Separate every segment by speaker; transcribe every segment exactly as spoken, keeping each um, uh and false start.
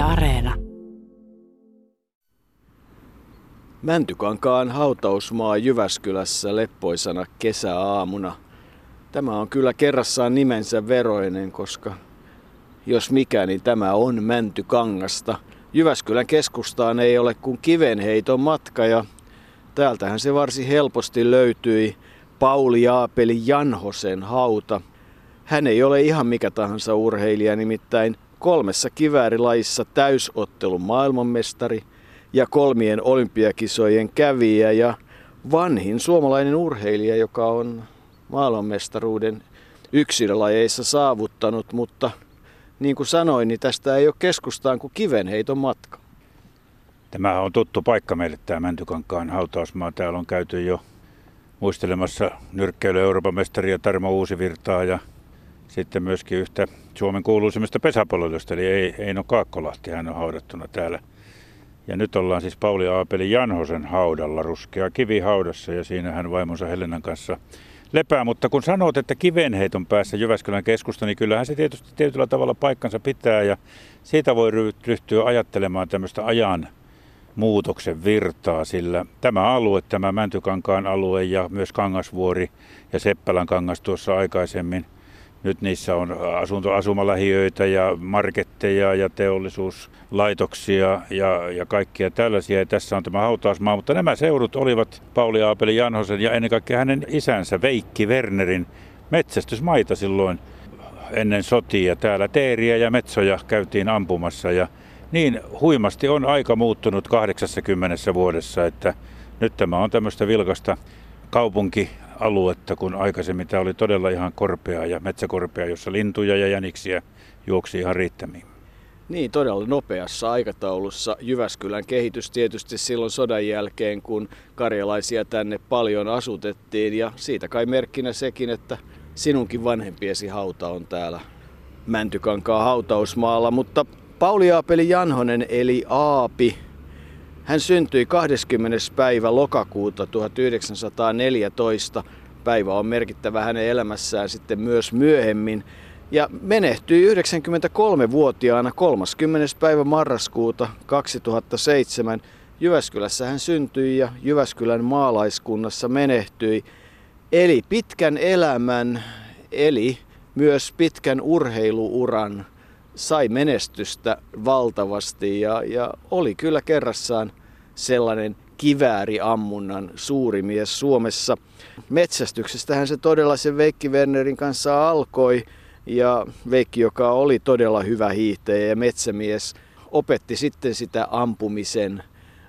Speaker 1: Areena.
Speaker 2: Mäntykankaan hautausmaa Jyväskylässä leppoisana kesäaamuna. Tämä on kyllä kerrassaan nimensä veroinen, koska jos mikä, niin tämä on Mäntykangasta. Jyväskylän keskustaan ei ole kuin kivenheiton matka ja täältähän se varsin helposti löytyi Pauli Aapeli Janhosen hauta. Hän ei ole ihan mikä tahansa urheilija, nimittäin kolmessa kiväärilajissa täysottelun maailmanmestari ja kolmien olympiakisojen kävijä ja vanhin suomalainen urheilija, joka on maailmanmestaruuden yksilölajeissa saavuttanut, mutta niin kuin sanoin, niin tästä ei ole keskustaan kuin kivenheiton matka.
Speaker 3: Tämä on tuttu paikka meille, tämä Mäntykankaan hautausmaa. Täällä on käyty jo muistelemassa nyrkkeily Euroopan mestaria Tarmo Uusivirtaa ja sitten myöskin yhtä Suomen kuuluisimmista pesäpalloilijoista, eli Eino Kaakkolahti, hän on haudattuna täällä. Ja nyt ollaan siis Pauli Aapeli Janhosen haudalla, ruskea kivi haudassa, ja siinä hän vaimonsa Helenan kanssa lepää. Mutta kun sanot, että kivenheiton päässä Jyväskylän keskusta, niin kyllähän se tietysti tietyllä tavalla paikkansa pitää, ja siitä voi ryhtyä ajattelemaan tämmöistä ajan muutoksen virtaa, sillä tämä alue, tämä Mäntykankaan alue ja myös Kangasvuori ja Seppälän kangas tuossa aikaisemmin, nyt niissä on asunto, asumalähiöitä ja marketteja ja teollisuuslaitoksia ja, ja kaikkia tällaisia. Ja tässä on tämä hautausmaa, mutta nämä seudut olivat Pauli Aapeli Janhosen ja ennen kaikkea hänen isänsä Veikki Wernerin metsästysmaita silloin ennen sotia. Täällä teeriä ja metsoja käytiin ampumassa ja niin huimasti on aika muuttunut kahdeksankymmentä vuodessa, että nyt tämä on tämmöistä vilkasta kaupunkialuetta, kun aikaisemmin tämä oli todella ihan korpea ja metsäkorpea, jossa lintuja ja jäniksiä juoksi ihan riittämiin.
Speaker 2: Niin, todella nopeassa aikataulussa Jyväskylän kehitys tietysti silloin sodan jälkeen, kun karjalaisia tänne paljon asutettiin. Ja siitä kai merkkinä sekin, että sinunkin vanhempiesi hauta on täällä Mäntykankaan hautausmaalla. Mutta Pauli Aapeli Janhonen eli Aapi, hän syntyi kahdeskymmenes päivä lokakuuta tuhatyhdeksänsataaneljätoista. Päivä on merkittävä hänen elämässään sitten myös myöhemmin. Ja menehtyi yhdeksänkymmentäkolmevuotiaana kolmaskymmenes päivä marraskuuta kaksituhattaseitsemän. Jyväskylässä hän syntyi ja Jyväskylän maalaiskunnassa menehtyi. Eli pitkän elämän, eli myös pitkän urheiluuran. Sai menestystä valtavasti ja, ja oli kyllä kerrassaan sellainen kivääriammunnan suuri mies Suomessa. Metsästyksestähän se todella sen Veikki Wernerin kanssa alkoi ja Veikki, joka oli todella hyvä hiihtäjä ja metsämies, opetti sitten sitä ampumisen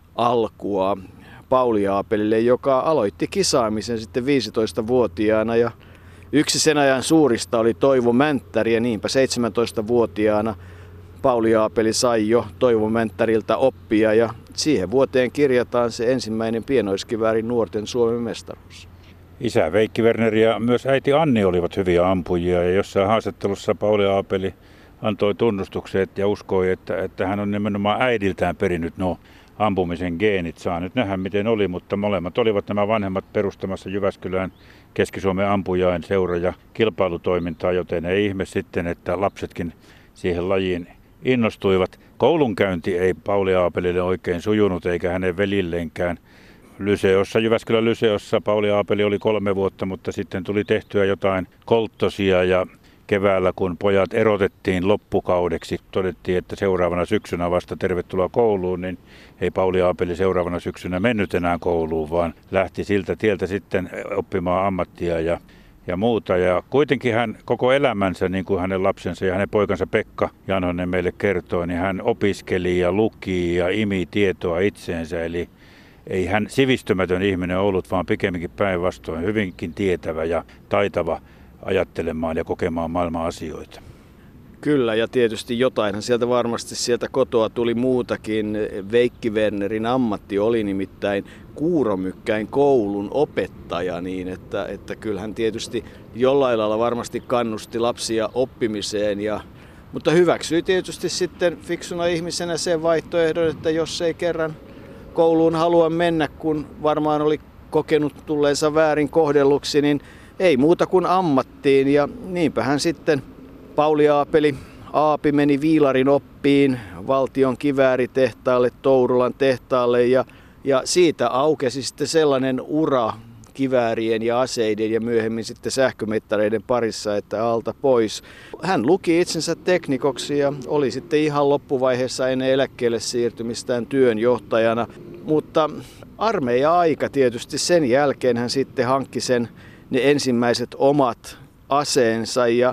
Speaker 2: alkua Pauli Aapelille, joka aloitti kisaamisen sitten viisitoistavuotiaana ja yksi sen ajan suurista oli Toivo Mänttäri ja niinpä seitsemäntoistavuotiaana Pauli Aapeli sai jo Toivo Mänttäriltä oppia ja siihen vuoteen kirjataan se ensimmäinen pienoiskiväärin nuorten Suomen mestaruus.
Speaker 3: Isä Veikki Werner ja myös äiti Anni olivat hyviä ampujia ja jossain haastattelussa Pauli Aapeli antoi tunnustukset ja uskoi, että, että hän on nimenomaan äidiltään perinnyt nuo ampumisen geenit. Saa nyt nähdä miten oli, mutta molemmat olivat nämä vanhemmat perustamassa Jyväskylään Keski-Suomen ampujain seura- ja kilpailutoimintaa, joten ei ihme sitten, että lapsetkin siihen lajiin innostuivat. Koulunkäynti ei Pauli Aapelille oikein sujunut eikä hänen velilleenkään. Lyseossa, Jyväskylän Lyseossa Pauli Aapeli oli kolme vuotta, mutta sitten tuli tehtyä jotain kolttosia ja keväällä, kun pojat erotettiin loppukaudeksi, todettiin, että seuraavana syksynä vasta tervetuloa kouluun, niin ei Pauli Aapeli seuraavana syksynä mennyt enää kouluun, vaan lähti siltä tieltä sitten oppimaan ammattia ja, ja muuta. Ja kuitenkin hän koko elämänsä, niin kuin hänen lapsensa ja hänen poikansa Pekka Janhonen meille kertoi, niin hän opiskeli ja luki ja imi tietoa itseensä, eli ei hän sivistymätön ihminen ollut, vaan pikemminkin päinvastoin hyvinkin tietävä ja taitava ajattelemaan ja kokemaan maailman asioita.
Speaker 2: Kyllä, ja tietysti jotainhan sieltä varmasti sieltä kotoa tuli muutakin. Veikki Wernerin ammatti oli nimittäin Kuuromykkäin koulun opettaja, niin että, että kyllähän tietysti jollain lailla varmasti kannusti lapsia oppimiseen, ja, mutta hyväksyi tietysti sitten fiksuna ihmisenä sen vaihtoehdon, että jos ei kerran kouluun halua mennä, kun varmaan oli kokenut tulleensa väärin kohdelluksi, niin ei muuta kuin ammattiin, ja niinpä hän sitten Pauli Aapeli Aapi meni viilarin oppiin valtion kivääritehtaalle, Tourulan tehtaalle ja, ja siitä aukesi sitten sellainen ura kiväärien ja aseiden ja myöhemmin sitten sähkömittareiden parissa, että alta pois. Hän luki itsensä teknikoksi ja oli sitten ihan loppuvaiheessa ennen eläkkeelle siirtymistään työnjohtajana, mutta armeija-aika tietysti sen jälkeen hän sitten hankki sen ne ensimmäiset omat aseensa ja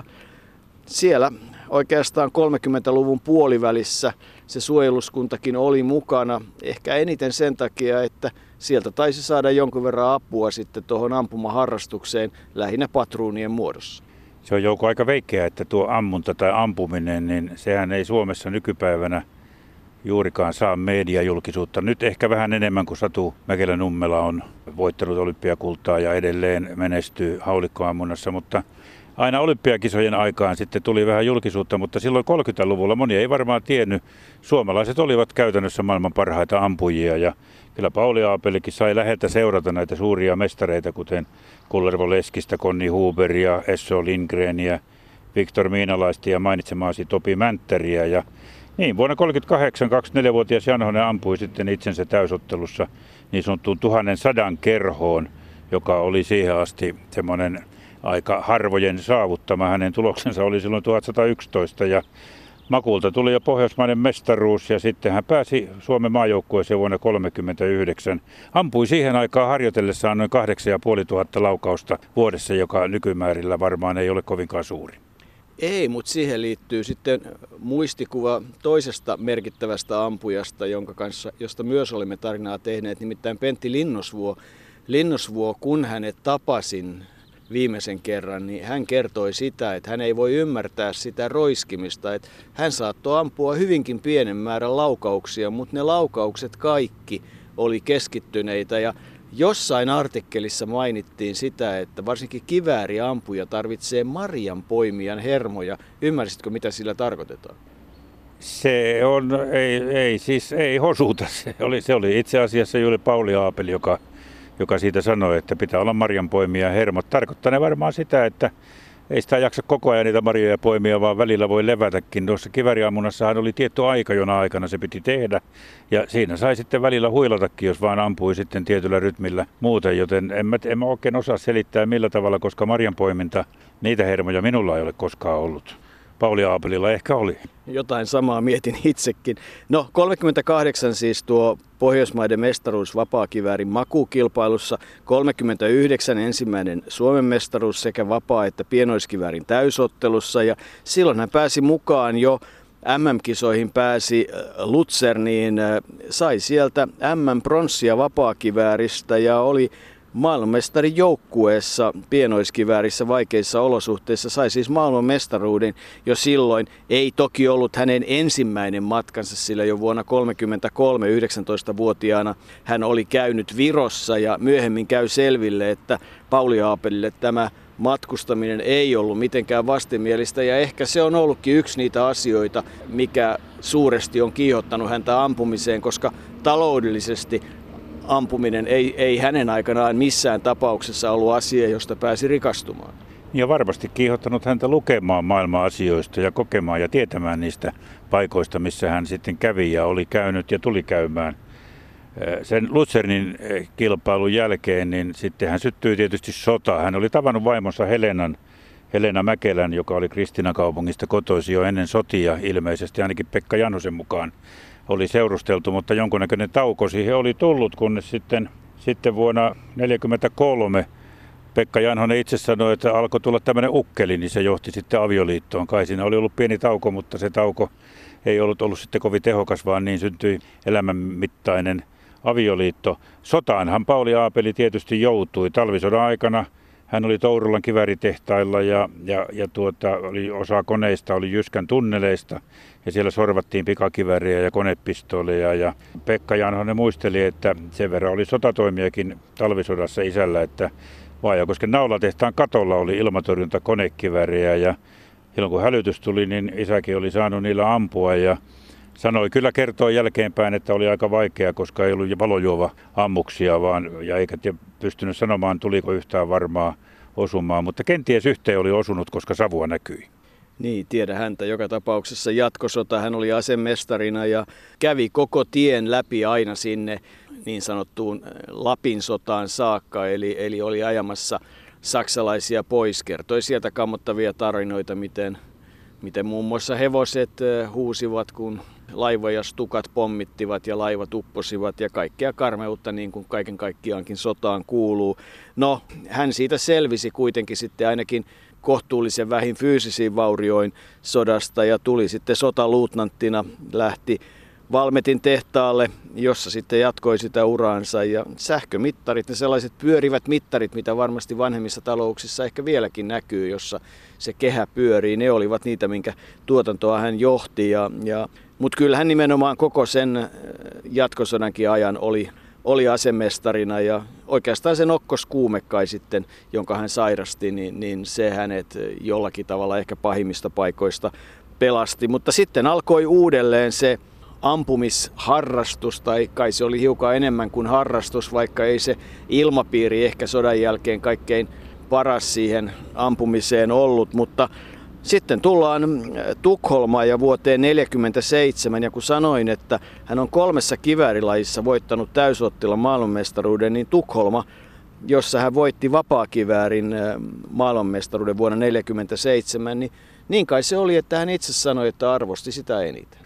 Speaker 2: siellä oikeastaan kolmekymmentäluvun puolivälissä se suojeluskuntakin oli mukana, ehkä eniten sen takia, että sieltä taisi saada jonkun verran apua sitten tuohon ampumaharrastukseen lähinnä patruunien muodossa.
Speaker 3: Se on Jouko aika veikeä, että tuo ammunta tai ampuminen, niin sehän ei Suomessa nykypäivänä juurikaan saa mediajulkisuutta. Nyt ehkä vähän enemmän kuin Satu Mäkelä-Nummela on voittanut olympiakultaa ja edelleen menestyy haulikkoammunnassa, mutta aina olympiakisojen aikaan sitten tuli vähän julkisuutta, mutta silloin kolmekymmentäluvulla moni ei varmaan tiennyt. Suomalaiset olivat käytännössä maailman parhaita ampujia ja kyllä Pauli Aapelikin sai läheltä seurata näitä suuria mestareita, kuten Kullervo Leskistä, Conny Huberia, Esso Lindgreniä, Viktor Miinalaista ja mainitsemaasi Topi Mänttäriä. Ja niin, vuonna tuhatyhdeksänsataakolmekymmentäkahdeksan kaksikymmentäneljävuotias Janhonen ampui sitten itsensä täysottelussa niin sanottuun tuhannen sadan kerhoon, joka oli siihen asti semmoinen aika harvojen saavuttama. Hänen tuloksensa oli silloin tuhatsatayksitoista ja Makulta tuli jo pohjoismainen mestaruus ja sitten hän pääsi Suomen maajoukkueeseen vuonna tuhatyhdeksänsataakolmekymmentäyhdeksän. Ampui siihen aikaan harjoitellessaan noin kahdeksan ja puoli tuhatta laukausta vuodessa, joka nykymäärillä varmaan ei ole kovinkaan suuri.
Speaker 2: Ei, mutta siihen liittyy sitten muistikuva toisesta merkittävästä ampujasta, jonka kanssa, josta myös olemme tarinaa tehneet, nimittäin Pentti Linnosvuo. Linnosvuo, kun hänet tapasin viimeisen kerran, niin hän kertoi sitä, että hän ei voi ymmärtää sitä roiskimista, että hän saattoi ampua hyvinkin pienen määrän laukauksia, mutta ne laukaukset kaikki oli keskittyneitä ja jossain artikkelissa mainittiin sitä, että varsinkin kivääriampuja tarvitsee marjanpoimijan hermoja. Ymmärsitkö, mitä sillä tarkoitetaan?
Speaker 3: Se on, ei, ei siis ei hosuta. Se oli, se oli itse asiassa juuri Pauli Aapeli, joka joka siitä sanoi, että pitää olla marjanpoimia hermot. Tarkoittaa ne varmaan sitä, että ei sitä jaksa koko ajan niitä marjoja poimia, vaan välillä voi levätäkin. Tuossa kivääriammunnassahan oli tietty aika, jona aikana se piti tehdä. Ja siinä sai sitten välillä huilatakin, jos vaan ampui sitten tietyllä rytmillä muuten. Joten en mä, en mä oikein osaa selittää millä tavalla, koska marjanpoiminta, niitä hermoja minulla ei ole koskaan ollut. Pauli Aapelilla ehkä oli.
Speaker 2: Jotain samaa mietin itsekin. No kolmekymmentäkahdeksan siis tuo Pohjoismaiden mestaruus vapaakiväärin makukilpailussa, kolmekymmentäyhdeksän ensimmäinen Suomen mestaruus sekä vapaa- että pienoiskiväärin täysottelussa ja silloin hän pääsi mukaan jo M M-kisoihin pääsi Luzerniin, sai sieltä M M-pronssia vapaakivääristä ja oli maailmanmestarin joukkueessa pienoiskiväärissä vaikeissa olosuhteissa, sai siis maailmanmestaruuden jo silloin. Ei toki ollut hänen ensimmäinen matkansa, sillä jo vuonna tuhatyhdeksänsataakolmekymmentäkolme yhdeksäntoistavuotiaana hän oli käynyt Virossa ja myöhemmin käy selville, että Pauli Aapelille tämä matkustaminen ei ollut mitenkään vastenmielistä ja ehkä se on ollutkin yksi niitä asioita, mikä suuresti on kiihottanut häntä ampumiseen, koska taloudellisesti ampuminen ei, ei hänen aikanaan missään tapauksessa ollut asia, josta pääsi rikastumaan.
Speaker 3: Ja varmasti kiihottanut häntä lukemaan maailman asioista ja kokemaan ja tietämään niistä paikoista, missä hän sitten kävi ja oli käynyt ja tuli käymään. Sen Luzernin kilpailun jälkeen niin sitten hän syttyi tietysti sota. Hän oli tavannut vaimonsa Helenan, Helena Mäkelän, joka oli Kristiinakaupungista kotoisin jo ennen sotia ilmeisesti, ainakin Pekka Janhosen mukaan oli seurusteltu, mutta jonkunnäköinen tauko siihen oli tullut, kunnes sitten, sitten vuonna tuhatyhdeksänsataaneljäkymmentäkolme Pekka Janhonen itse sanoi, että alkoi tulla tämmöinen ukkeli, niin se johti sitten avioliittoon. Kai siinä oli ollut pieni tauko, mutta se tauko ei ollut ollut sitten kovin tehokas, vaan niin syntyi elämänmittainen avioliitto. Sotaanhan Pauli Aapeli tietysti joutui talvisodan aikana. Hän oli Tourulan kivääritehtailla ja, ja, ja tuota, oli osa koneista oli Jyskän tunneleista ja siellä sorvattiin pikakivääriä ja konepistooleja. Ja Pekka Janhonen muisteli, että sen verran oli sotatoimiakin talvisodassa isällä, että Vaajakosken naulatehtaan katolla oli ilmatorjunta konekivääriä ja silloin kun hälytys tuli, niin isäkin oli saanut niillä ampua ja sanoi, kyllä kertoo jälkeenpäin, että oli aika vaikea, koska ei ollut valojuova ammuksia, vaan, ja eikä pystynyt sanomaan, tuliko yhtään varmaa osumaan, mutta kenties yhteen oli osunut, koska savua näkyi.
Speaker 2: Niin, tiedä häntä. Joka tapauksessa jatkosota. Hän oli asemestarina ja kävi koko tien läpi aina sinne niin sanottuun Lapin sotaan saakka, eli, eli oli ajamassa saksalaisia pois. Kertoi sieltä kammottavia tarinoita, miten, miten muun muassa hevoset huusivat, kun laivoja stukat pommittivat ja laivat upposivat ja kaikkea karmeutta, niin kuin kaiken kaikkiaankin sotaan kuuluu. No, hän siitä selvisi kuitenkin sitten ainakin kohtuullisen vähin fyysisiin vaurioin sodasta ja tuli sitten sotaluutnanttina, lähti Valmetin tehtaalle, jossa sitten jatkoi sitä uraansa, ja sähkömittarit, ne sellaiset pyörivät mittarit, mitä varmasti vanhemmissa talouksissa ehkä vieläkin näkyy, jossa se kehä pyörii, ne olivat niitä, minkä tuotantoa hän johti. Ja, ja, mutta kyllä hän nimenomaan koko sen jatkosodankin ajan oli, oli asemestarina, ja oikeastaan se nokkoskuume kai sitten, jonka hän sairasti, niin, niin se hänet jollakin tavalla ehkä pahimmista paikoista pelasti. Mutta sitten alkoi uudelleen se ampumisharrastus, tai kai se oli hiukan enemmän kuin harrastus, vaikka ei se ilmapiiri ehkä sodan jälkeen kaikkein paras siihen ampumiseen ollut, mutta sitten tullaan Tukholmaan ja vuoteen neljäkymmentäseitsemän, ja kun sanoin, että hän on kolmessa kiväärilajissa voittanut täysottilan maailmanmestaruuden, niin Tukholma, jossa hän voitti vapaakiväärin maailmanmestaruuden vuonna neljäkymmentäseitsemän, niin niin kai se oli, että hän itse sanoi, että arvosti sitä eniten.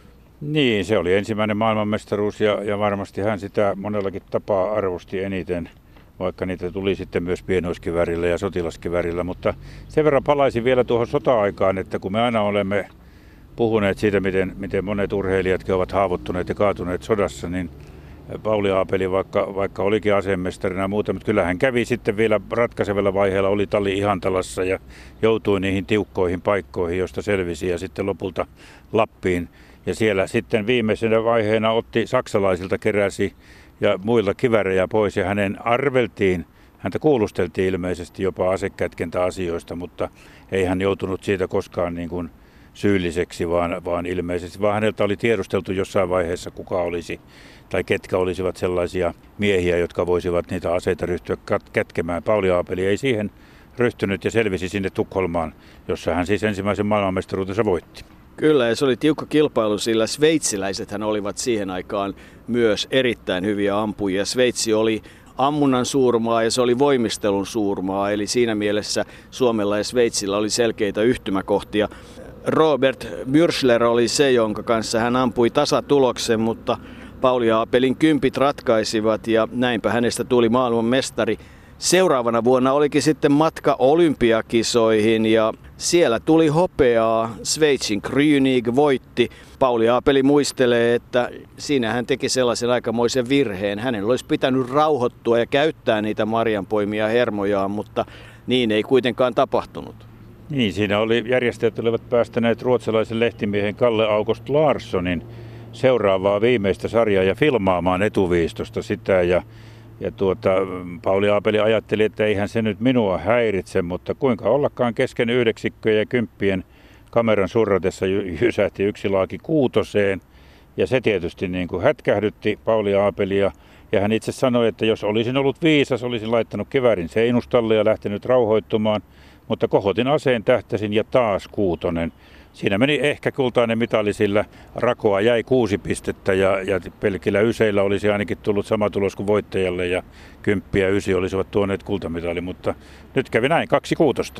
Speaker 3: Niin, se oli ensimmäinen maailmanmestaruus ja, ja varmasti hän sitä monellakin tapaa arvosti eniten, vaikka niitä tuli sitten myös pienoiskivärillä ja sotilaskivärillä. Mutta sen verran palaisin vielä tuohon sota-aikaan, että kun me aina olemme puhuneet siitä, miten, miten monet urheilijatkin ovat haavoittuneet ja kaatuneet sodassa, niin Pauli Aapeli, vaikka, vaikka olikin asemestarina ja muuta, mutta kyllä hän kävi sitten vielä ratkaisevalla vaiheella, oli Talli Ihantalassa ja joutui niihin tiukkoihin paikkoihin, joista selvisi, ja sitten lopulta Lappiin. Ja siellä sitten viimeisenä vaiheena otti saksalaisilta, keräsi ja muilta kivärejä pois, ja hänen arveltiin, häntä kuulusteltiin ilmeisesti jopa asekätkentäasioista, mutta ei hän joutunut siitä koskaan niin kuin syylliseksi, vaan, vaan ilmeisesti, vaan häneltä oli tiedusteltu jossain vaiheessa, kuka olisi tai ketkä olisivat sellaisia miehiä, jotka voisivat niitä aseita ryhtyä kätkemään. Pauli Aapeli ei siihen ryhtynyt ja selvisi sinne Tukholmaan, jossa hän siis ensimmäisen maailmanmestaruutensa voitti.
Speaker 2: Kyllä, ja se oli tiukka kilpailu, sillä sveitsiläisethän olivat siihen aikaan myös erittäin hyviä ampujia. Sveitsi oli ammunnan suurmaa ja se oli voimistelun suurmaa, eli siinä mielessä Suomella ja Sveitsillä oli selkeitä yhtymäkohtia. Robert Mürschler oli se, jonka kanssa hän ampui tasatuloksen, mutta Pauli Aapelin kympit ratkaisivat ja näinpä hänestä tuli maailmanmestari. Seuraavana vuonna olikin sitten matka olympiakisoihin ja siellä tuli hopeaa. Sveitsin Krünig voitti. Pauli Aapeli muistelee, että siinä hän teki sellaisen aikamoisen virheen. Hänen olisi pitänyt rauhoittua ja käyttää niitä marjanpoimia hermojaan, mutta niin ei kuitenkaan tapahtunut.
Speaker 3: Niin, siinä oli, järjestäjät olivat päästäneet ruotsalaisen lehtimiehen Kalle August Larssonin seuraavaa viimeistä sarjaa ja filmaamaan etuviistosta sitä. Ja, ja tuota, Pauli Aapeli ajatteli, että eihän se nyt minua häiritse, mutta kuinka ollakaan kesken yhdeksikköjen ja kymppien kameran surratessa jysähti yksi laaki kuutoseen. Ja se tietysti niin kuin hätkähdytti Pauli Aapelia. Ja hän itse sanoi, että jos olisin ollut viisas, olisin laittanut kiväärin seinustalle ja lähtenyt rauhoittumaan. Mutta kohotin aseen, tähtäsin ja taas kuutonen. Siinä meni ehkä kultainen mitali, sillä rakoa jäi kuusi pistettä ja, ja pelkillä yseillä olisi ainakin tullut sama tulos kuin voittajalle ja kymppi ja ysi olisivat tuoneet kultamitali, mutta nyt kävi näin, kaksi kuutosta.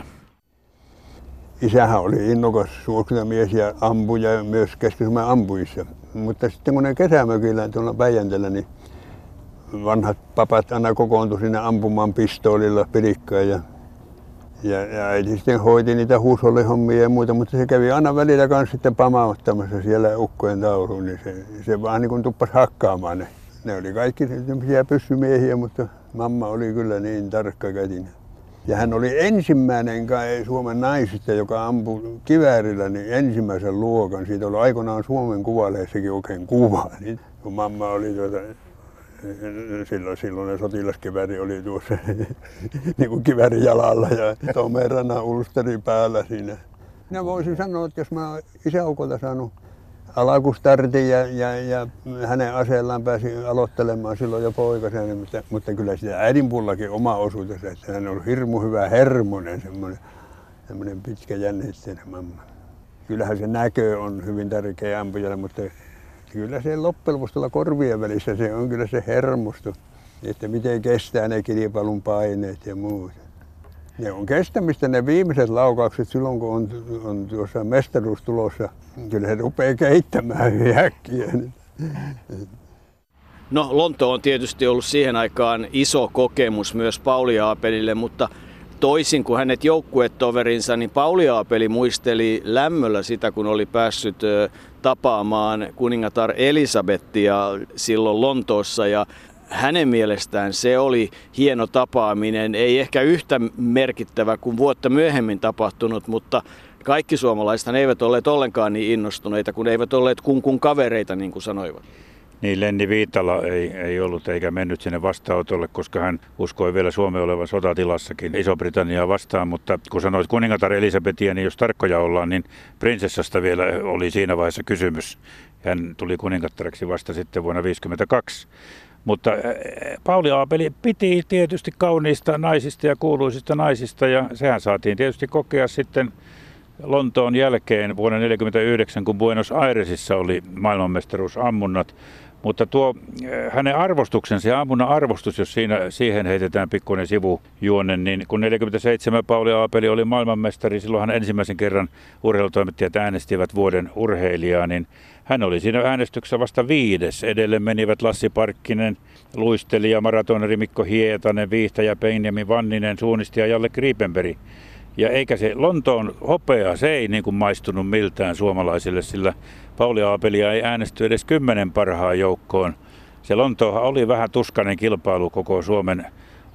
Speaker 1: Isähän oli innokas suosikkamies ja ampuja myös Keski-Suomen ampujissa, mutta sitten kun ne kesämökillä tuolla Päijänteellä, niin vanhat papat aina kokoontui sinne ampumaan pistoolilla pirikkaan ja Ja, ja äiti sitten hoiti niitä huushollihommia ja muuta, mutta se kävi aina välillä kanssa sitten pamauttamassa siellä ukkojen tauluun, niin se, se vaan niin kuin tuppasi hakkaamaan ne. Ne oli kaikki sellaisia pyssymiehiä, mutta mamma oli kyllä niin tarkkakätinen. Ja hän oli ensimmäinen kai Suomen naisista, joka ampui kiväärillä niin ensimmäisen luokan. Siitä oli aikoinaan Suomen Kuvalehdessäkin oikein kuva. Niin, kun mamma oli tuota, Silloin, silloin sotilaskivääri oli tuossa niin kuin kiväärin jalalla ja tomerana ulsteri päällä siinä. Minä voisin sanoa, että jos mä isäukolta saanut alakustartin ja, ja, ja hänen aseellaan pääsin aloittelemaan silloin jo poikasena, mutta, mutta kyllä sitä äidinpullakin oma osuutensa, että hän on hirmu hyvä hermonen semmoinen. tämmöinen pitkäjännitteinen mamma. Kyllähän se näkö on hyvin tärkeä ampujalle, mutta kyllä se loppujen lopuksi tuolla korvien välissä se on kyllä se hermosto, että miten kestää ne kilpailun paineet ja muut. Ne on kestämistä ne viimeiset laukaukset silloin, kun on, on tuossa mestaruus tulossa. Kyllä se rupeaa keittämään hyvin äkkiä.
Speaker 2: No Lonto on tietysti ollut siihen aikaan iso kokemus myös Pauli Aapelille, mutta toisin kuin hänet joukkuetoverinsa, niin Pauli Aapeli muisteli lämmöllä sitä, kun oli päässyt tapaamaan kuningatar Elisabettia silloin Lontoossa. Ja hänen mielestään se oli hieno tapaaminen, ei ehkä yhtä merkittävä kuin vuotta myöhemmin tapahtunut, mutta kaikki suomalaiset eivät olleet ollenkaan niin innostuneita, kun eivät olleet kunkun kavereita, niin kuin sanoivat.
Speaker 3: Niin, Lenni Viitala ei, ei ollut eikä mennyt sinne vastaanotolle, koska hän uskoi vielä Suomen olevan sotatilassakin Iso-Britanniaa vastaan. Mutta kun sanoit kuningatar Elisabetia, niin jos tarkkoja ollaan, niin prinsessasta vielä oli siinä vaiheessa kysymys. Hän tuli kuningattareksi vasta sitten vuonna tuhatyhdeksänsataaviisikymmentäkaksi. Mutta Pauli Aapeli piti tietysti kauniista naisista ja kuuluisista naisista, ja sehän saatiin tietysti kokea sitten Lontoon jälkeen vuonna tuhatyhdeksänsataaneljäkymmentäyhdeksän, kun Buenos Airesissa oli maailmanmestaruusammunnat. Mutta tuo hänen arvostuksensa ja ammunnan arvostus, jos siinä, siihen heitetään pikkuinen sivujuonne, niin kun neljäkymmentäseitsemän Pauli Aapeli oli maailmanmestari, silloin hän ensimmäisen kerran urheilutoimittajat äänestivät vuoden urheilijaa, niin hän oli siinä äänestyksessä vasta viides. Edelleen menivät Lassi Parkkinen, luistelija, maratonari Mikko Hietanen, viihtäjä Benjamin Vanninen, suunnistaja Jalle Gripenberg. Ja eikä se Lontoon hopea, se ei niin kuin maistunut miltään suomalaisille, sillä Pauli Aapelia ei äänesty edes kymmenen parhaan joukkoon. Se Lontoohan oli vähän tuskainen kilpailu koko Suomen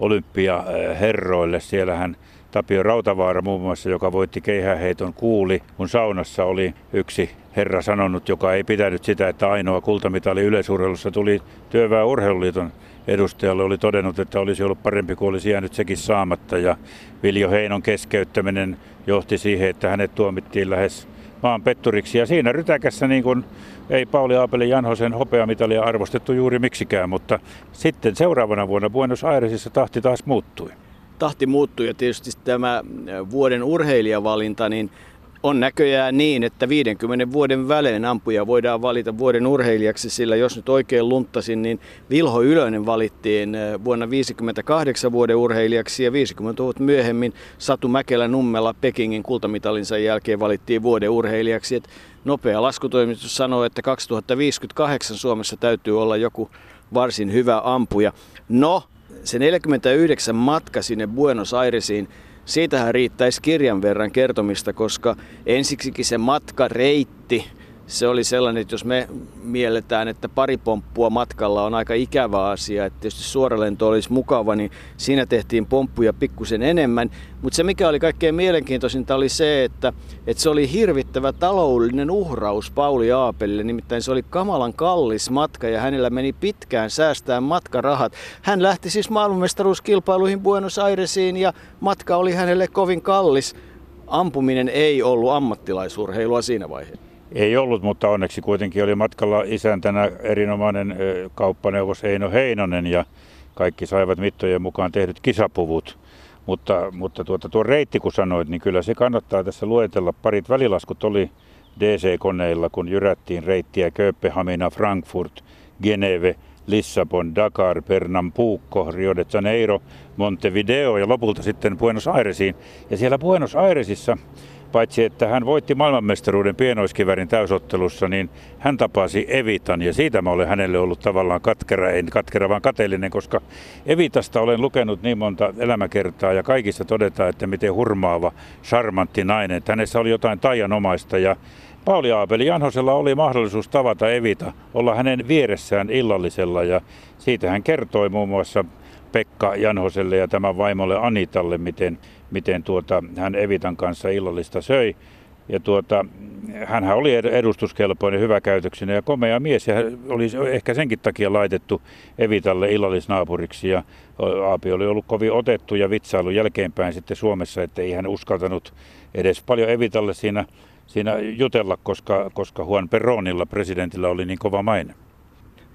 Speaker 3: olympiaherroille. Siellähän Tapio Rautavaara muun muassa, joka voitti keihäänheiton, kuuli, kun saunassa oli yksi herra sanonut, joka ei pitänyt sitä, että ainoa kultamitali yleisurheilussa tuli Työväen Urheiluliiton edustajalle, oli todennut, että olisi ollut parempi, kun olisi jäänyt sekin saamatta. Ja Viljo Heinon keskeyttäminen johti siihen, että hänet tuomittiin lähes maan petturiksi. Ja siinä rytäkässä niin kuin ei Pauli Aapeli Janhosen hopeamitalia arvostettu juuri miksikään, mutta sitten seuraavana vuonna Buenos Airesissa tahti taas muuttui.
Speaker 2: Tahti muuttui ja tietysti tämä vuoden urheilijavalinta niin on näköjään niin, että viidenkymmenen vuoden välein ampuja voidaan valita vuoden urheilijaksi, sillä jos nyt oikein lunttasin, niin Vilho Ylönen valittiin vuonna tuhatyhdeksänsataaviisikymmentäkahdeksan vuoden urheilijaksi ja viisikymmentä vuotta myöhemmin Satu Mäkelä-Nummela Pekingin kultamitalinsa jälkeen valittiin vuoden urheilijaksi. Et nopea laskutoimitus sanoo, että kaksituhattaviisikymmentäkahdeksan Suomessa täytyy olla joku varsin hyvä ampuja. No, se neljäkymmentäyhdeksän matka sinne Buenos Airesiin, siitähän riittäisi kirjan verran kertomista, koska ensiksikin se matkareitti, se oli sellainen, että jos me mielletään, että pari pomppua matkalla on aika ikävä asia, että tietysti suoralento olisi mukava, niin siinä tehtiin pomppuja pikkusen enemmän. Mutta se mikä oli kaikkein mielenkiintoisinta oli se, että, että se oli hirvittävä taloudellinen uhraus Pauli Aapelille, nimittäin se oli kamalan kallis matka ja hänellä meni pitkään säästää matkarahat. Hän lähti siis maailmanmestaruuskilpailuihin Buenos Airesiin ja matka oli hänelle kovin kallis. Ampuminen ei ollut ammattilaisurheilua siinä vaiheessa.
Speaker 3: Ei ollut, mutta onneksi kuitenkin oli matkalla isäntänä erinomainen kauppaneuvos Eino Heinonen ja kaikki saivat mittojen mukaan tehdyt kisapuvut. Mutta, mutta tuota, tuo reitti kun sanoit, niin kyllä se kannattaa tässä luetella. Parit välilaskut oli D C-koneilla, kun jyrättiin reittiä Kööpenhamina, Frankfurt, Geneve, Lissabon, Dakar, Pernambuco, Rio de Janeiro, Montevideo ja lopulta sitten Buenos Airesiin. Ja siellä Buenos Airesissa, paitsi että hän voitti maailmanmestaruuden pienoiskivärin täysottelussa, niin hän tapasi Evitan ja siitä mä olen hänelle ollut tavallaan katkera, en katkera vaan kateellinen, koska Evitasta olen lukenut niin monta elämäkertaa ja kaikissa todetaan, että miten hurmaava, charmantti nainen, että hänessä oli jotain taianomaista ja Pauli Aapeli Janhosella oli mahdollisuus tavata Evita, olla hänen vieressään illallisella ja siitä hän kertoi muun muassa Pekka Janhoselle ja tämän vaimolle Anitalle, miten, miten tuota, hän Evitan kanssa illallista söi. Ja tuota, hänhän oli edustuskelpoinen, hyväkäytöksinen ja komea mies ja oli ehkä senkin takia laitettu Evitalle illallisnaapuriksi. Ja Aapi oli ollut kovin otettu ja vitsailu jälkeenpäin sitten Suomessa, että ei hän uskaltanut edes paljon Evitalle siinä, siinä jutella, koska, koska Juan Perónilla, presidentillä, oli niin kova maine.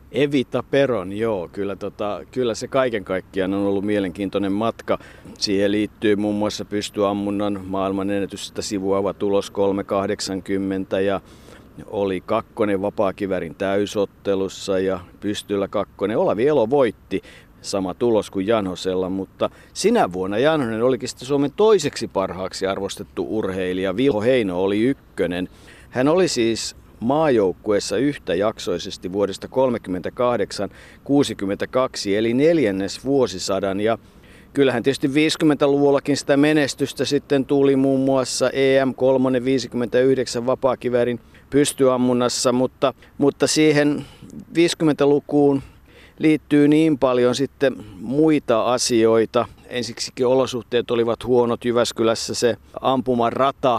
Speaker 2: Evita Peron, joo. Kyllä, tota, kyllä se kaiken kaikkiaan on ollut mielenkiintoinen matka. Siihen liittyy muun muassa pystyammunnan maailmanennätystä sivuava tulos kolme kahdeksankymmentä ja oli kakkonen vapaakivärin täysottelussa ja pystyllä kakkonen. Olavi Elo voitti, sama tulos kuin Janhosella, mutta sinä vuonna Janhonen olikin sitten Suomen toiseksi parhaaksi arvostettu urheilija. Vilho Heino oli ykkönen. Hän oli siis maajoukkueessa yhtäjaksoisesti vuodesta kolmekymmentäkahdeksan kuusikymmentäkaksi eli neljännes vuosisadan ja kyllähän tietysti viisikymmentäluvullakin sitä menestystä sitten tuli muun muassa E M kolme viisikymmentäyhdeksän vapaakivärin pystyammunnassa, mutta, mutta siihen viisikymmentälukuun liittyy niin paljon sitten muita asioita. Ensiksikin olosuhteet olivat huonot Jyväskylässä, se ampumarata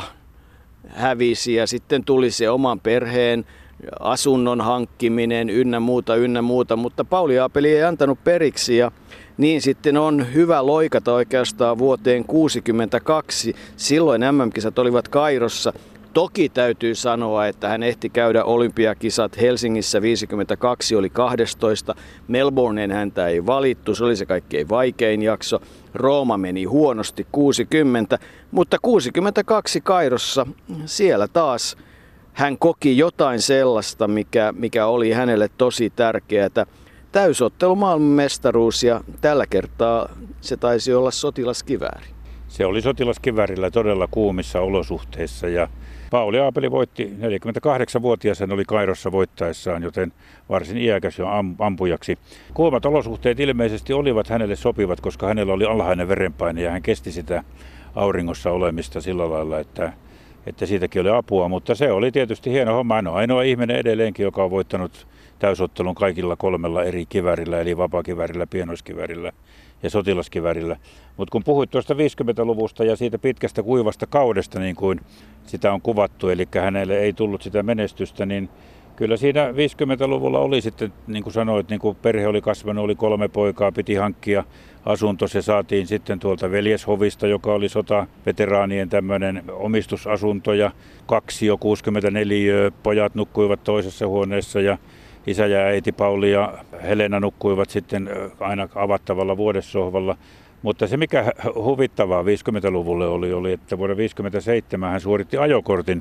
Speaker 2: hävisi ja sitten tuli se oman perheen asunnon hankkiminen ynnä muuta, ynnä muuta, mutta Pauli Aapeli ei antanut periksi ja niin sitten on hyvä loikata oikeastaan vuoteen kuusikymmentäkaksi. Silloin M M-kisat olivat Kairossa. Toki täytyy sanoa, että hän ehti käydä olympiakisat Helsingissä viisikymmentäkaksi oli kahdestoista. Melbourneen häntä ei valittu, se oli se kaikkein vaikein jakso. Rooma meni huonosti kuusikymmentä, mutta kuusikymmentäkaksi Kairossa siellä taas hän koki jotain sellaista, mikä, mikä oli hänelle tosi tärkeää. Täysottelu maailmanmestaruus ja tällä kertaa se taisi olla sotilaskivääri.
Speaker 3: Se oli sotilaskiväärillä todella kuumissa olosuhteissa ja Pauli Aapeli voitti, neljäkymmentäkahdeksanvuotias hän oli Kairossa voittaessaan, joten varsin iäkäs jo ampujaksi. Kuumat olosuhteet ilmeisesti olivat hänelle sopivat, koska hänellä oli alhainen verenpaine ja hän kesti sitä auringossa olemista sillä lailla, että, että siitäkin oli apua. Mutta se oli tietysti hieno homma. Hän on ainoa ihminen edelleenkin, joka on voittanut täysottelun kaikilla kolmella eri kivärillä, eli vapaakivärillä, pienoiskivärillä ja sotilaskivärillä. Mutta kun puhuit tuosta viisikymmentäluvusta ja siitä pitkästä kuivasta kaudesta, niin kuin sitä on kuvattu, eli hänelle ei tullut sitä menestystä, niin kyllä siinä viisikymmentäluvulla oli sitten, niin kuin sanoit, niin kuin perhe oli kasvanut, oli kolme poikaa, piti hankkia asunto. Se saatiin sitten tuolta Veljeshovista, joka oli sotaveteraanien tämmöinen omistusasunto ja kaksi jo kuusikymmentäneljä, pojat nukkuivat toisessa huoneessa ja isä ja äiti Pauli ja Helena nukkuivat sitten aina avattavalla vuodessohvalla. Mutta se mikä huvittavaa viisikymmentäluvulle oli, oli, että vuonna viisikymmentäseitsemän hän suoritti ajokortin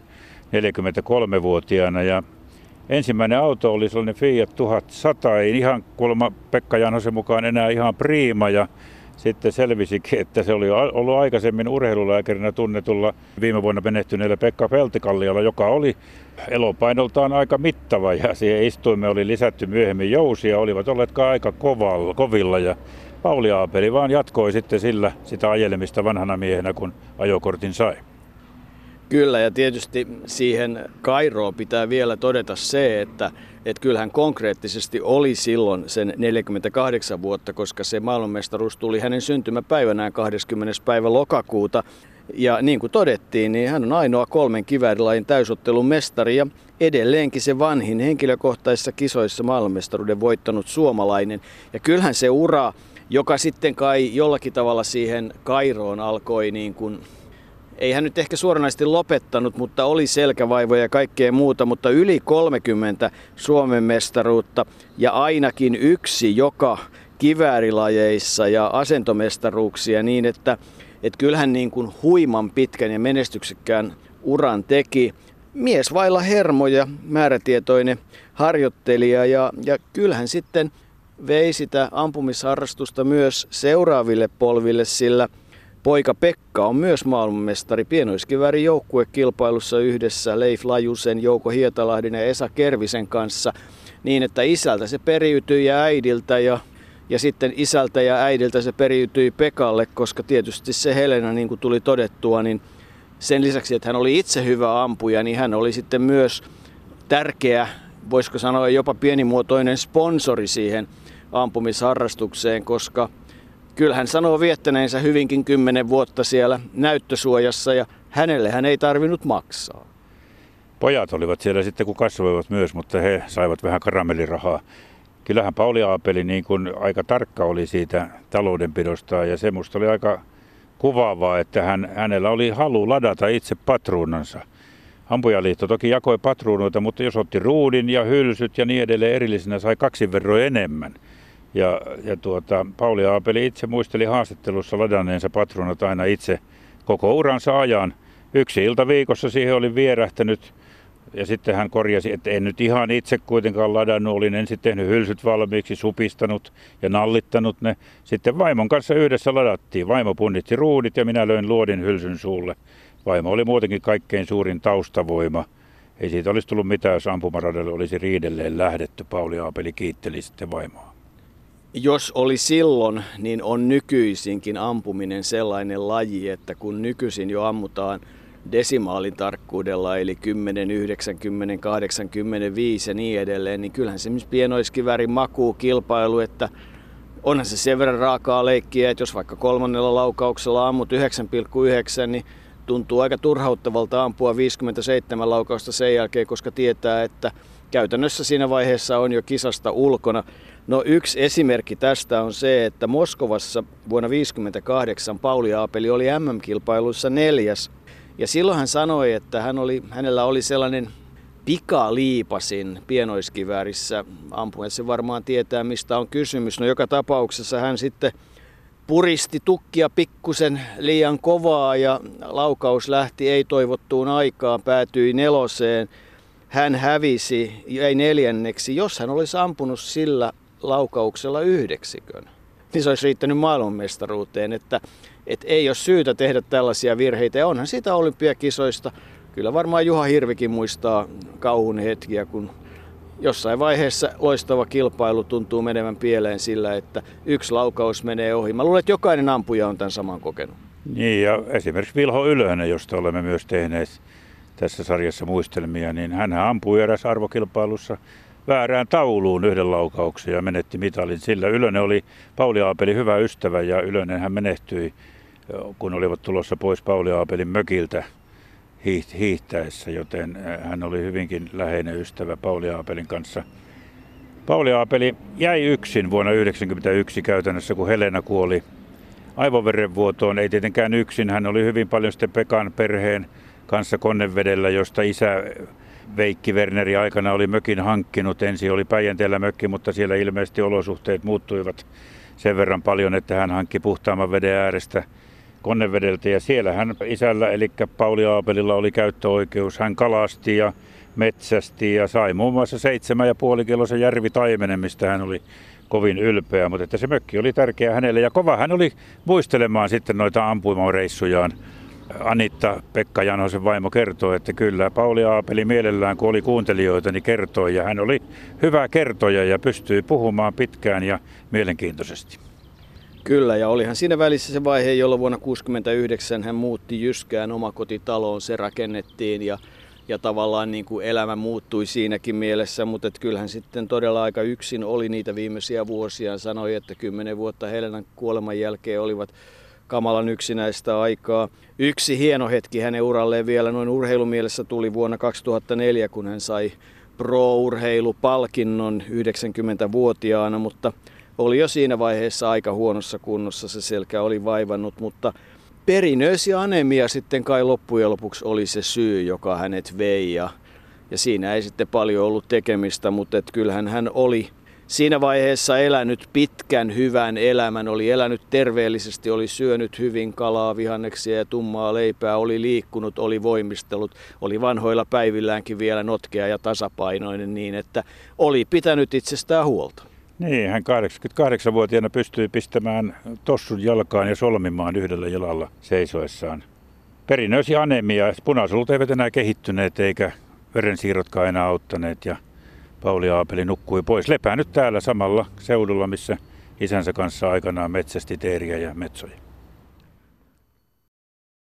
Speaker 3: neljäkymmentäkolmevuotiaana ja ensimmäinen auto oli sellainen Fiat tuhatsata, ei ihan kuulemma Pekka Janhosen mukaan enää ihan priima ja sitten selvisikin, että se oli ollut aikaisemmin urheilulääkärinä tunnetulla viime vuonna menehtyneellä Pekka Peltikallialla, joka oli elopainoltaan aika mittava ja siihen istuimme oli lisätty myöhemmin jousia, olivat olleet aika kovalla, kovilla ja Pauli Aapeli vaan jatkoi sitten sillä sitä ajelemista vanhana miehenä, kun ajokortin sai.
Speaker 2: Kyllä, ja tietysti siihen Kairoon pitää vielä todeta se, että, että kyllähän konkreettisesti oli silloin sen neljäkymmentäkahdeksan vuotta, koska se maailmanmestaruus tuli hänen syntymäpäivänään kahdeskymmenes päivä lokakuuta. Ja niin kuin todettiin, niin hän on ainoa kolmen kiväärilajin täysottelun mestari ja edelleenkin se vanhin henkilökohtaisissa kisoissa maailmanmestaruuden voittanut suomalainen. Ja kyllähän se ura, joka sitten kai jollakin tavalla siihen Kairoon alkoi niin kuin, ei hän nyt ehkä suoranaisesti lopettanut, mutta oli selkävaivoja ja kaikkea muuta, mutta yli kolmekymmentä Suomen mestaruutta ja ainakin yksi joka kiväärilajeissa ja asentomestaruuksia niin, että, että kyllähän niin kuin huiman pitkän ja menestyksekkään uran teki. Mies vailla hermoja, määrätietoinen harjoittelija ja, ja kyllähän sitten vei sitä ampumisharrastusta myös seuraaville polville, sillä poika Pekka on myös maailmanmestari pienoiskiväärin joukkuekilpailussa yhdessä Leif Lajusen, Jouko Hietalahden ja Esa Kervisen kanssa niin, että isältä se periytyi ja äidiltä ja, ja sitten isältä ja äidiltä se periytyi Pekalle, koska tietysti se Helena, niin kuin tuli todettua, niin sen lisäksi, että hän oli itse hyvä ampuja, niin hän oli sitten myös tärkeä, voisiko sanoa jopa pienimuotoinen sponsori siihen ampumisharrastukseen, koska kyllä hän sanoo viettäneensä hyvinkin kymmenen vuotta siellä näyttösuojassa ja hänelle hän ei tarvinnut maksaa.
Speaker 3: Pojat olivat siellä sitten kun kasvoivat myös, mutta he saivat vähän karamellirahaa. Kyllähän Pauli Aapeli niin kuin aika tarkka oli siitä taloudenpidosta ja se musta oli aika kuvaavaa, että hän, hänellä oli halu ladata itse patruunansa. Ampujaliitto toki jakoi patruunoita, mutta jos otti ruudin ja hylsyt ja niin edelleen erillisenä, sai kaksin verroin enemmän. Ja, ja tuota, Pauli Aapeli itse muisteli haastattelussa ladanneensa patruunat aina itse koko uransa ajan. Yksi ilta viikossa siihen oli vierähtänyt ja sitten hän korjasi, että en nyt ihan itse kuitenkaan ladannut, olin ensin tehnyt hylsyt valmiiksi, supistanut ja nallittanut ne. Sitten vaimon kanssa yhdessä ladattiin. Vaimo punnitti ruudit ja minä löin luodin hylsyn suulle. Vaimo oli muutenkin kaikkein suurin taustavoima. Ei siitä olisi tullut mitään, jos ampumaradalle olisi riidelleen lähdetty. Pauli Aapeli kiitteli sitten vaimoa.
Speaker 2: Jos oli silloin, niin on nykyisinkin ampuminen sellainen laji, että kun nykyisin jo ammutaan desimaalin tarkkuudella, eli kymmenen, yhdeksänkymmentä, kahdeksankymmentäviisi ja niin edelleen, niin kyllähän se esimerkiksi pienoiskiväärin makuu kilpailu, että onhan se sen verran raakaa leikkiä, että jos vaikka kolmannella laukauksella ammut yhdeksän pilkku yhdeksän, niin tuntuu aika turhauttavalta ampua viisikymmentäseitsemän laukausta sen jälkeen, koska tietää, että käytännössä siinä vaiheessa on jo kisasta ulkona. No yksi esimerkki tästä on se, että Moskovassa vuonna tuhatyhdeksänsataaviisikymmentäkahdeksan Pauli Aapeli oli äm äm-kilpailuissa neljäs. Ja silloin hän sanoi, että hän oli, hänellä oli sellainen pikaliipasin pienoiskiväärissä ampuja. Se varmaan tietää, mistä on kysymys. No joka tapauksessa hän sitten puristi tukkia pikkusen liian kovaa ja laukaus lähti ei-toivottuun aikaan, päätyi neloseen. Hän hävisi, jäi neljänneksi. Jos hän olisi ampunut sillä laukauksella yhdeksikön, niin se olisi riittänyt maailmanmestaruuteen. Että, että ei ole syytä tehdä tällaisia virheitä. Ja onhan siitä olympiakisoista. Kyllä varmaan Juha Hirvikin muistaa kauhun hetkiä, kun jossain vaiheessa loistava kilpailu tuntuu menevän pieleen sillä, että yksi laukaus menee ohi. Mä luulen, että jokainen ampuja on tämän saman kokenut.
Speaker 3: Niin, ja esimerkiksi Vilho Ylönen, josta olemme myös tehneet tässä sarjassa muistelmia, niin hän ampui eräs arvokilpailussa väärään tauluun yhden laukauksen ja menetti mitalin. Sillä Ylönen oli Pauli Aapelin hyvä ystävä ja Ylönen hän menehtyi, kun olivat tulossa pois Pauli Aapelin mökiltä hiihtäessä, joten hän oli hyvinkin läheinen ystävä Pauli Aapelin kanssa. Pauli Aapeli jäi yksin vuonna yhdeksänkymmentäyksi käytännössä, kun Helena kuoli aivoverenvuotoon. Ei tietenkään yksin, hän oli hyvin paljon sitten Pekan perheen kanssa Konnevedellä, josta isä Veikki Werneri aikana oli mökin hankkinut. Ensin oli Päijänteellä mökki, mutta siellä ilmeisesti olosuhteet muuttuivat sen verran paljon, että hän hankki puhtaamman veden äärestä Konnevedeltä. Ja siellä hän isällä, eli Pauli Aapelilla, oli käyttöoikeus. Hän kalasti ja metsästi ja sai muun muassa seitsemän ja puoli kilosen järvitaimenen, mistä hän oli kovin ylpeä. Mutta että se mökki oli tärkeä hänelle ja kova hän oli muistelemaan sitten noita ampumareissujaan. Anitta, Pekka Janhosen vaimo, kertoi, että kyllä Pauli Aapeli mielellään, kun oli kuuntelijoita, niin kertoi. Ja hän oli hyvä kertoja ja pystyi puhumaan pitkään ja mielenkiintoisesti.
Speaker 2: Kyllä, ja olihan siinä välissä se vaihe, jolloin vuonna tuhatyhdeksänsataayhdeksänkymmentäyhdeksän hän muutti Jyskään omakotitaloon, se rakennettiin ja, ja tavallaan niin kuin elämä muuttui siinäkin mielessä, mutta et kyllähän sitten todella aika yksin oli niitä viimeisiä vuosia. Sanoi, että kymmenen vuotta Helenan kuoleman jälkeen olivat kamalan yksinäistä aikaa. Yksi hieno hetki hänen uralleen vielä noin urheilumielessä tuli vuonna kaksituhattaneljä, kun hän sai pro-urheilupalkinnon yhdeksänkymmentävuotiaana, mutta oli jo siinä vaiheessa aika huonossa kunnossa, se selkä oli vaivannut, mutta perinnöis ja anemia sitten kai loppujen lopuksi oli se syy, joka hänet vei ja, ja siinä ei sitten paljon ollut tekemistä, mutta et kyllähän hän oli siinä vaiheessa elänyt pitkän hyvän elämän, oli elänyt terveellisesti, oli syönyt hyvin kalaa, vihanneksia ja tummaa leipää, oli liikkunut, oli voimistellut, oli vanhoilla päivilläänkin vielä notkea ja tasapainoinen niin, että oli pitänyt itsestään huolta.
Speaker 3: Niin, hän kahdeksankymmentäkahdeksanvuotiaana pystyi pistämään tossun jalkaan ja solmimaan yhdellä jalalla seisoessaan. Perinnöis ja anemia, punasolut eivät enää kehittyneet eikä verensiirrotkaan enää auttaneet ja Pauli Aapeli nukkui pois. Lepää nyt täällä samalla seudulla, missä isänsä kanssa aikanaan metsästi teeriä ja metsoja.